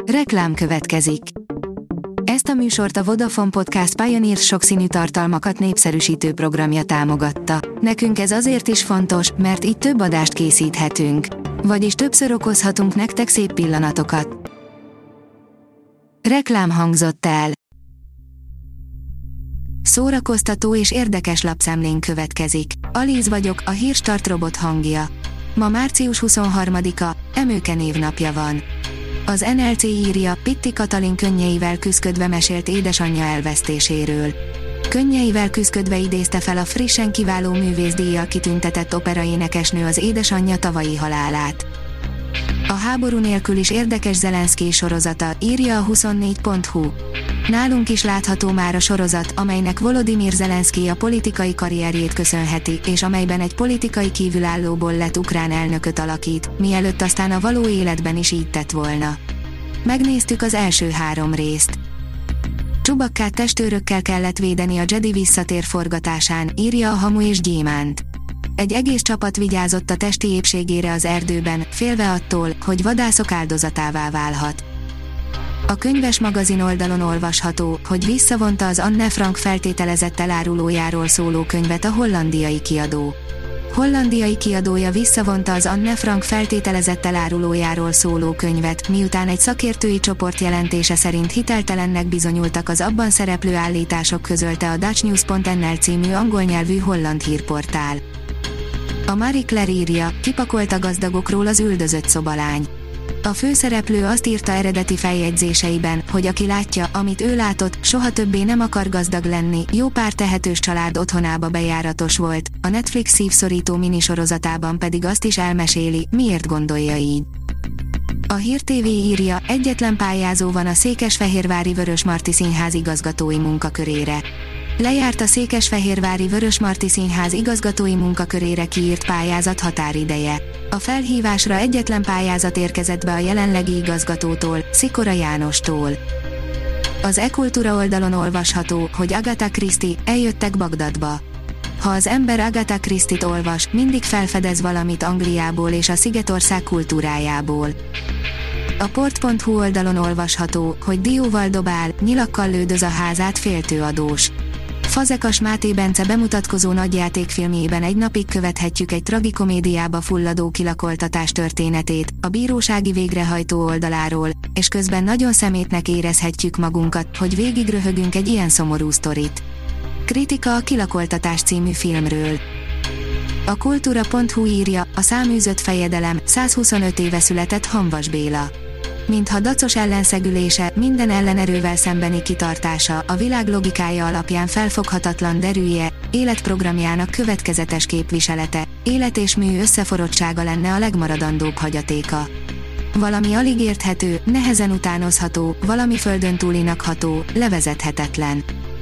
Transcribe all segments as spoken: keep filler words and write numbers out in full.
Reklám következik. Ezt a műsort a Vodafone Podcast Pioneer sokszínű tartalmakat népszerűsítő programja támogatta. Nekünk ez azért is fontos, mert így több adást készíthetünk. Vagyis többször okozhatunk nektek szép pillanatokat. Reklám hangzott el. Szórakoztató és érdekes lapszemlén következik. Alíz vagyok, a Hírstart robot hangja. Ma március huszonharmadika, Emőke névnapja van. Az en el cé írja, Pitti Katalin könnyeivel küszködve mesélt édesanyja elvesztéséről. Könnyeivel küszködve idézte fel a frissen kiváló művészdíjjal kitüntetett operaénekesnő az édesanyja tavalyi halálát. A háború nélkül is érdekes Zelenszkij sorozata, írja a huszonnégy pont hu. Nálunk is látható már a sorozat, amelynek Volodymyr Zelenszkij a politikai karrierjét köszönheti, és amelyben egy politikai kívülállóból lett ukrán elnököt alakít, mielőtt aztán a való életben is így tett volna. Megnéztük az első három részt. Chewbaccát testőrökkel kellett védeni a Jedi visszatér forgatásán, írja a Hamu és Gyémánt. Egy egész csapat vigyázott a testi épségére az erdőben, félve attól, hogy vadászok áldozatává válhat. A könyves magazin oldalon olvasható, hogy visszavonta az Anne Frank feltételezett elárulójáról szóló könyvet a hollandiai kiadó. Hollandiai kiadója visszavonta az Anne Frank feltételezett elárulójáról szóló könyvet, miután egy szakértői csoport jelentése szerint hiteltelennek bizonyultak az abban szereplő állítások, közölte a Dutch News pont n l című angol nyelvű holland hírportál. A Marie Claire írja, kipakolt a gazdagokról az üldözött szobalány. A főszereplő azt írta eredeti feljegyzéseiben, hogy aki látja, amit ő látott, soha többé nem akar gazdag lenni, jó pár tehetős család otthonába bejáratos volt, a Netflix szívszorító minisorozatában pedig azt is elmeséli, miért gondolja így. A Hír té vé írja, egyetlen pályázó van a székesfehérvári Vörösmarty Színház igazgatói munkakörére. Lejárt a székesfehérvári Vörösmarty Színház igazgatói munkakörére kiírt pályázat határideje. A felhívásra egyetlen pályázat érkezett be a jelenlegi igazgatótól, Szikora Jánostól. Az e-kultúra oldalon olvasható, hogy Agatha Christie, eljöttek Bagdadba. Ha az ember Agatha Christie-t olvas, mindig felfedez valamit Angliából és a Szigetország kultúrájából. A port pont hu oldalon olvasható, hogy dióval dobál, nyilakkal lődöz a házát féltőadós. Fazekas Máté Bence bemutatkozó nagyjátékfilmjében egy napig követhetjük egy tragikomédiába fulladó kilakoltatás történetét, a bírósági végrehajtó oldaláról, és közben nagyon szemétnek érezhetjük magunkat, hogy végig röhögünk egy ilyen szomorú sztorit. Kritika a Kilakoltatás című filmről. A kultúra pont hu írja, a száműzött fejedelem, százhuszonöt éve született Hamvas Béla. Mintha dacos ellenszegülése, minden ellenerővel szembeni kitartása, a világ logikája alapján felfoghatatlan derűje, életprogramjának következetes képviselete, élet és mű összeforrottsága lenne a legmaradandóbb hagyatéka. Valami alig érthető, nehezen utánozható, valami földön túlinak ható, levezethetetlen.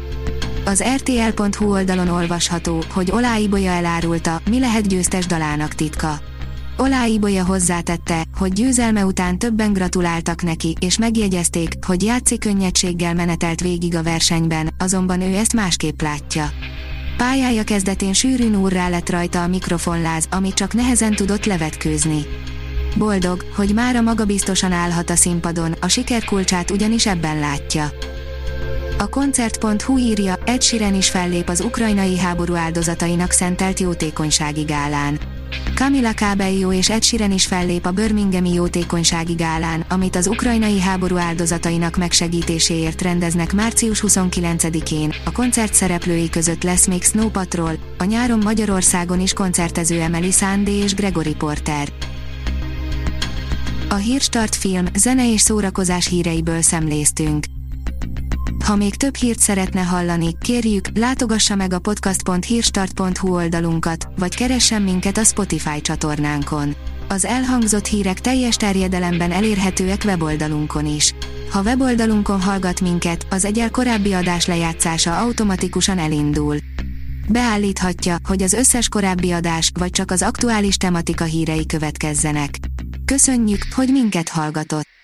Az er té el pont hu oldalon olvasható, hogy Oláh Ibolya elárulta, mi lehet győztes dalának titka. Oláh Ibolya hozzátette, hogy győzelme után többen gratuláltak neki, és megjegyezték, hogy játszik könnyedséggel menetelt végig a versenyben, azonban ő ezt másképp látja. Pályája kezdetén sűrűn úrrá lett rajta a mikrofonláz, amit csak nehezen tudott levetkőzni. Boldog, hogy mára magabiztosan állhat a színpadon, a siker kulcsát ugyanis ebben látja. A koncert pont hu írja, Ed Sheeran is fellép az ukrajnai háború áldozatainak szentelt jótékonysági gálán. Camila Cabello és Ed Sheeran is fellép a Birminghami jótékonysági gálán, amit az ukrajnai háború áldozatainak megsegítéséért rendeznek március huszonkilencedikén. A koncert szereplői között lesz még Snow Patrol, a nyáron Magyarországon is koncertező Emeli Sandé és Gregory Porter. A Hírstart film, zene és szórakozás híreiből szemléztünk. Ha még több hírt szeretne hallani, kérjük, látogassa meg a podcast pont hírstart pont hu oldalunkat, vagy keressen minket a Spotify csatornánkon. Az elhangzott hírek teljes terjedelemben elérhetőek weboldalunkon is. Ha weboldalunkon hallgat minket, az egyel korábbi adás lejátszása automatikusan elindul. Beállíthatja, hogy az összes korábbi adás, vagy csak az aktuális tematika hírei következzenek. Köszönjük, hogy minket hallgatott!